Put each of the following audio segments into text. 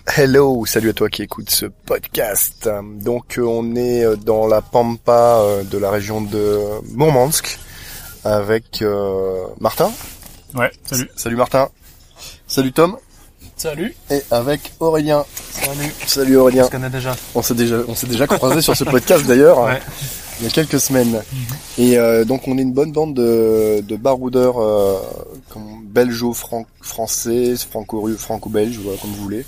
Hello, salut à toi qui écoute ce podcast. Donc on est dans la pampa de la région de Mourmansk avec Martin. Ouais, salut. Salut Martin. Salut Tom. Salut. Et avec Aurélien. Salut. Salut Aurélien. On se connaît déjà. On s'est déjà croisés sur ce podcast d'ailleurs. Ouais. Il y a quelques semaines. Et donc on est une bonne bande de baroudeurs belgeo-français, franco-belge, voilà, comme vous voulez.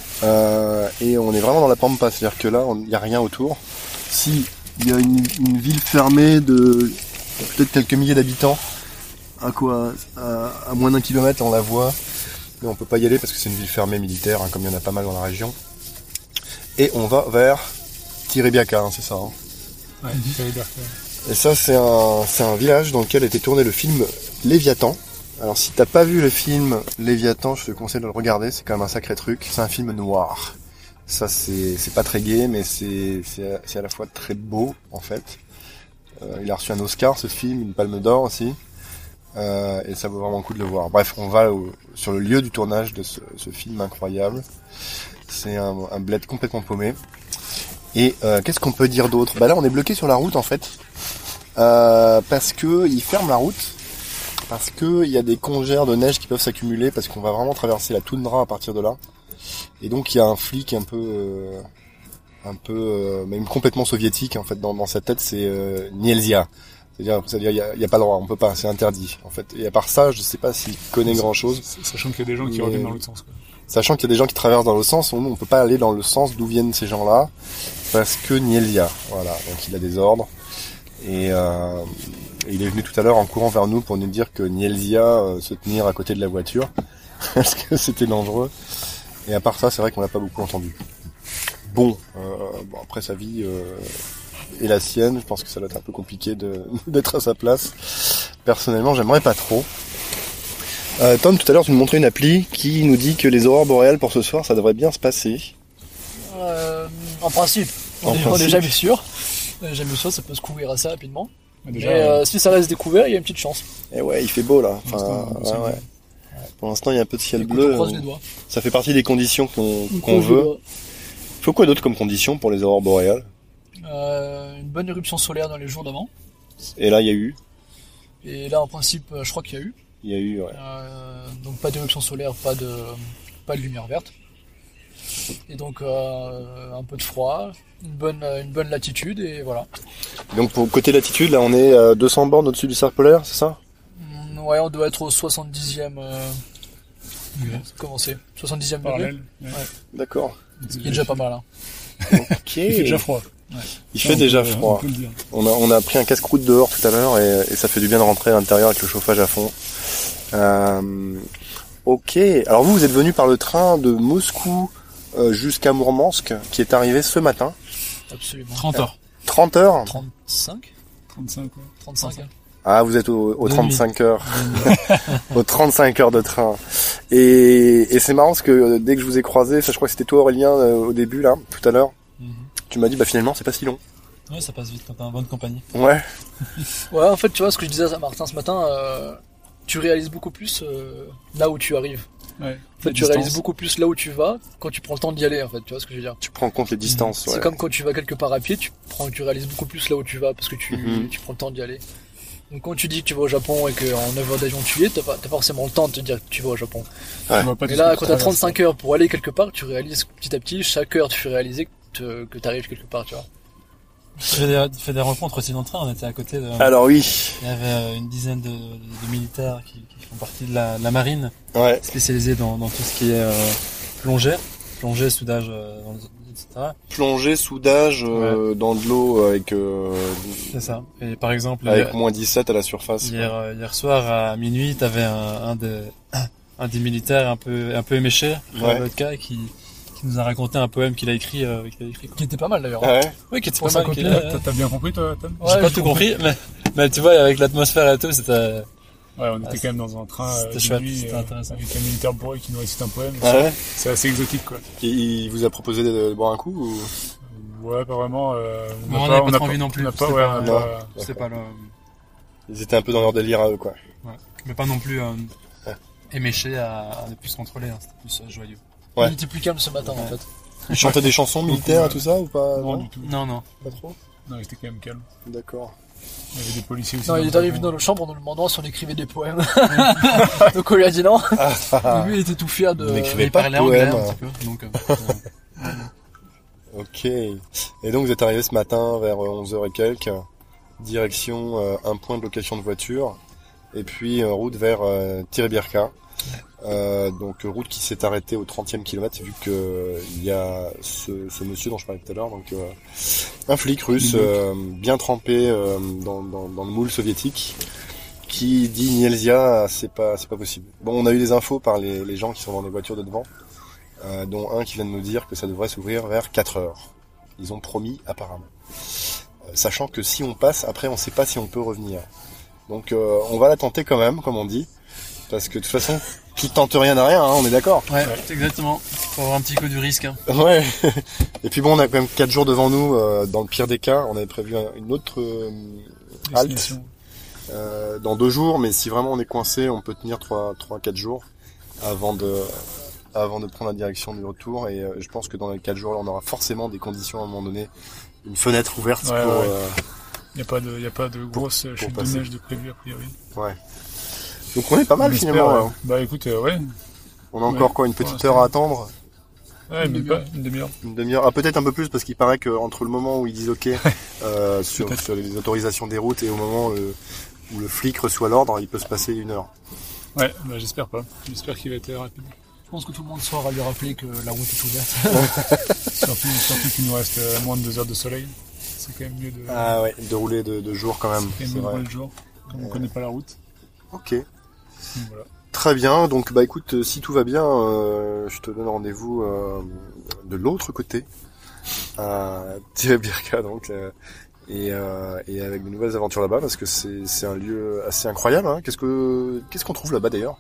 Et on est vraiment dans la pampa, c'est-à-dire que là, il n'y a rien autour. Si, il y a une ville fermée de peut-être quelques milliers d'habitants, à moins d'1 kilomètre, on la voit, mais on peut pas y aller parce que c'est une ville fermée militaire, comme il y en a pas mal dans la région. Et on va vers Tirebiaka, c'est ça. Ouais, Tirebiaka. Et ça, c'est un village dans lequel a été tourné le film Léviathan. Alors si t'as pas vu le film Léviathan, je te conseille de le regarder, c'est quand même un sacré truc. C'est un film noir. Ça c'est pas très gai, mais c'est à la fois très beau en fait. Il a reçu un Oscar ce film, une Palme d'Or aussi. Et ça vaut vraiment le coup de le voir. Bref, on va sur le lieu du tournage de ce film incroyable. C'est un bled complètement paumé. Et qu'est-ce qu'on peut dire d'autre ? Bah là on est bloqué sur la route en fait. Parce que ils ferment la route. Parce que il y a des congères de neige qui peuvent s'accumuler parce qu'on va vraiment traverser la toundra à partir de là. Et donc il y a un flic un peu même complètement soviétique en fait dans sa tête, c'est Nielzia. C'est-à-dire il y a pas le droit, on peut pas, c'est interdit en fait. Et à part ça, je sais pas s'il connaît grand-chose. Sachant qu'il y a des gens qui reviennent dans l'autre sens, quoi. Sachant qu'il y a des gens qui traversent dans l'autre sens, on peut pas aller dans le sens d'où viennent ces gens-là parce que Nielzia, voilà, donc il a des ordres. Et il est venu tout à l'heure en courant vers nous pour nous dire que Nielzia se tenir à côté de la voiture parce que c'était dangereux. Et à part ça, c'est vrai qu'on l'a pas beaucoup entendu. Bon, après sa vie et la sienne, je pense que ça doit être un peu compliqué d'être à sa place. Personnellement, j'aimerais pas trop. Tom, tout à l'heure, tu nous montrais une appli qui nous dit que les aurores boréales pour ce soir, ça devrait bien se passer. En principe. On est jamais sûr. Jamais sûr, ça peut se couvrir assez rapidement. Déjà, mais si ça reste découvert, il y a une petite chance. Et ouais, il fait beau là. Ouais. Pour l'instant, il y a un peu de ciel bleu. On croise les doigts. Ça fait partie des conditions qu'on veut. Il faut quoi d'autre comme conditions pour les aurores boréales ? Une bonne éruption solaire dans les jours d'avant. Et là, il y a eu. Et là, en principe, je crois qu'il y a eu. Il y a eu, ouais. Donc pas d'éruption solaire, pas de lumière verte. Et donc un peu de froid, une bonne latitude et voilà. Donc pour côté latitude, là on est 200 bornes au-dessus du cercle polaire, c'est ça ? Ouais, on doit être au 70e commencer. 70e parallèle. Ouais. D'accord. Ce qui est déjà pas mal. Hein. Ok. Il fait déjà froid. Ouais. Il fait déjà froid. On a pris un casse-croûte dehors tout à l'heure et ça fait du bien de rentrer à l'intérieur avec le chauffage à fond. Ok. Alors vous êtes venu par le train de Moscou jusqu'à Mourmansk qui est arrivé ce matin. Absolument. 30 heures. 30 heures ? 35 35, ouais. 35 hein. Ah, vous êtes aux 35 heures. Aux 35 heures de train. Et c'est marrant parce que dès que je vous ai croisé, ça je crois que c'était toi Aurélien au début là, tout à l'heure, tu m'as dit finalement c'est pas si long. Ouais, ça passe vite quand t'es en bonne compagnie. Ouais. Ouais, en fait, tu vois ce que je disais à Martin ce matin, tu réalises beaucoup plus là où tu arrives. Ouais. En fait, tu réalises beaucoup plus là où tu vas quand tu prends le temps d'y aller, en fait. Tu vois ce que je veux dire ? Tu prends en compte les distances. C'est comme quand tu vas quelque part à pied, tu réalises beaucoup plus là où tu vas parce que tu prends le temps d'y aller. Donc quand tu dis que tu vas au Japon et qu'en 9 heures d'avion tu y es, t'as pas forcément le temps de te dire que tu vas au Japon. Ouais. Mais là, quand t'as 35 heures pour aller quelque part, tu réalises petit à petit, chaque heure tu fais réaliser que t'arrives quelque part, tu vois. Tu fais des rencontres aussi dans le train, on était à côté de... Alors oui. Il y avait une dizaine de militaires qui font partie de la marine, Ouais. spécialisés dans tout ce qui est plongée, soudage, etc. Plongée, soudage dans de l'eau avec C'est ça. Et par exemple, avec moins 17 à la surface. hier soir à minuit, t'avais un des militaires un peu éméché, Ouais. vodka, qui nous a raconté un poème qu'il a écrit quoi. Qui était pas mal d'ailleurs. Ah ouais. Oui, qui était Pour pas sa mal. copine. T'as bien compris, toi, Tom? J'ai pas tout compris, mais tu vois, avec l'atmosphère et tout, c'était... Ouais, on était quand même dans un train c'était chouette, nuit, c'était intéressant. avec un militaire bourré qui nous récite un poème. Ah ouais. C'est assez exotique, quoi. Et il vous a proposé de boire un coup ou... Ouais, pas vraiment. On n'avait pas trop envie non plus. On n'a pas, ouais, on n'a pas... C'était pas le... Ils étaient un peu dans leur délire à eux, quoi. Ouais. Mais pas non plus éméché à ne plus se contrôler, hein. C'était plus joyeux. Ouais. Il était plus calme ce matin en Ouais. fait. Il chantait des chansons militaires et tout ça ou pas? Non, du tout. Non. Pas trop. Non, il était quand même calme. D'accord. Il y avait des policiers aussi. Non, il est arrivé dans le notre chambre en nous demandant si on écrivait des poèmes. Donc on lui a dit non. Et lui il était tout fier de. N'écrivez Il pas parlait de anglais poème. un petit peu. Donc, Ok. Et donc vous êtes arrivé ce matin vers 11h et quelques, direction un point de location de voiture, et puis route vers Tiribirka. Donc route qui s'est arrêtée au 30e kilomètre vu que il y a ce monsieur dont je parlais tout à l'heure, donc un flic russe bien trempé dans le moule soviétique, qui dit Nielzia, c'est pas possible. Bon, on a eu des infos par les gens qui sont dans les voitures de devant, dont un qui vient de nous dire que ça devrait s'ouvrir vers 4 heures. Ils ont promis apparemment. Sachant que si on passe, après on sait pas si on peut revenir. Donc on va la tenter quand même, comme on dit. Parce que de toute façon, qui tente rien n'a rien, hein, on est d'accord. ouais, exactement. Faut avoir un petit coup du risque. Hein. Ouais. Et puis bon, on a quand même 4 jours devant nous. Dans le pire des cas, on avait prévu une autre halte dans 2 jours. Mais si vraiment on est coincé, on peut tenir 3-4 jours avant de prendre la direction du retour. Et je pense que dans les 4 jours, là, on aura forcément des conditions à un moment donné, une fenêtre ouverte Ouais, pour. ouais. Il n'y a pas de grosse chute de passer. neige de prévu a priori. Ouais. Donc on est pas mal On espère, finalement. ouais. Là. Bah écoute, ouais. On a encore Ouais, quoi, une pour petite l'instant. heure à attendre. Ouais, Une mais demi-heure. pas une demi-heure. Une demi-heure, ah peut-être un peu plus parce qu'il paraît qu'entre le moment où ils disent OK sur Peut-être. les autorisations des routes et au moment où le flic reçoit l'ordre, il peut se passer 1 heure. Ouais, bah j'espère pas. J'espère qu'il va être rapide. Je pense que tout le monde saura lui rappeler que la route est ouverte. Surtout qu'il nous reste moins de 2 heures de soleil. C'est quand même mieux de, Ah ouais, de rouler de jour quand même. quand même C'est mieux de vrai. rouler le jour. Comme on connaît pas la route. Ok, Donc voilà. très bien. Donc bah écoute, si tout va bien, je te donne rendez-vous de l'autre côté, à Tiribirka donc, et avec de nouvelles aventures là-bas parce que c'est un lieu assez incroyable. Hein. Qu'est-ce qu'on trouve là-bas d'ailleurs?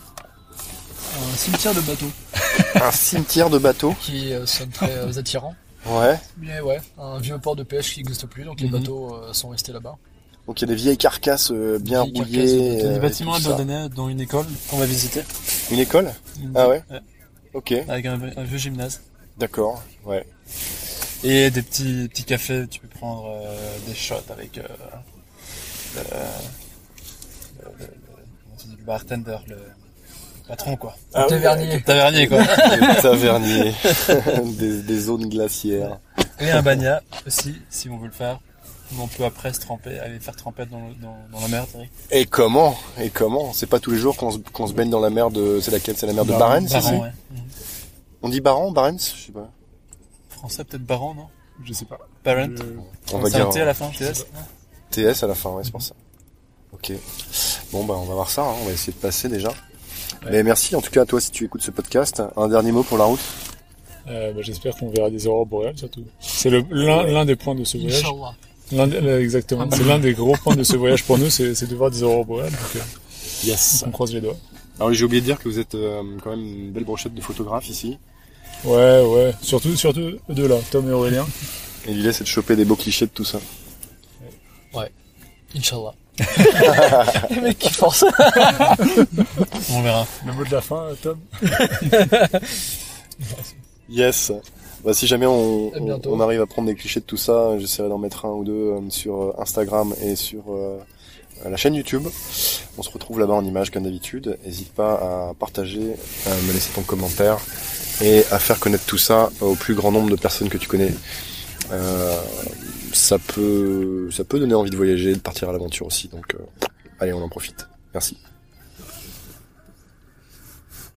Un cimetière de bateaux Un cimetière de bateaux. qui sonne très attirant. Ouais. Mais ouais, un vieux port de pêche qui n'existe plus, donc les Mhm. bateaux sont restés là-bas. Donc il y a des vieilles carcasses bien Vieilles rouillées. carcasses de bateaux. Des et bâtiments tout ça. abandonnés dans une école qu'on va visiter. Une école? Ah ouais? Ok, Avec un vieux gymnase. d'accord, ouais. Et des petits cafés, tu peux prendre des shots avec le bartender, le patron quoi. Ah oui, Tavernier. Le tavernier quoi. Le tavernier, des zones glaciaires. Et un bagnat aussi, si on veut le faire. On peut après se tremper, aller faire tremper dans la mer, Thierry. Et comment? C'est pas tous les jours qu'on se baigne dans la mer de... C'est laquelle? C'est la mer de Barents, c'est ça? Baran, ouais. On dit Barents? Je sais pas. Français peut-être Baran, non? Je sais pas. Parent. On va C'est dire un T à la fin, TS. TS à la fin, ouais, c'est pour ça. Ok. Bon, bah on va voir ça, hein. On va essayer de passer déjà. Mais merci en tout cas à toi si tu écoutes ce podcast. Un dernier mot pour la route? Bah, j'espère qu'on verra des aurores boréales surtout. C'est l'un des points de ce voyage. Inch'Allah. Exactement. C'est l'un des gros points de ce voyage pour nous, c'est de voir des aurores boréales. Donc, Yes. on croise les doigts. Alors j'ai oublié de dire que vous êtes quand même une belle brochette de photographes ici. Ouais. Surtout eux deux là, Tom et Aurélien. Et l'idée c'est de choper des beaux clichés de tout ça. Inch'Allah. Les mecs qui forcent. On verra. Le mot de la fin, Tom. Yes. Bah, si jamais À bientôt. on arrive à prendre des clichés de tout ça, j'essaierai d'en mettre un ou deux sur Instagram et sur la chaîne YouTube. On se retrouve là-bas en images comme d'habitude. N'hésite pas à partager, à me laisser ton commentaire et à faire connaître tout ça au plus grand nombre de personnes que tu connais. Ça peut donner envie de voyager, de partir à l'aventure aussi. Donc allez, on en profite. Merci.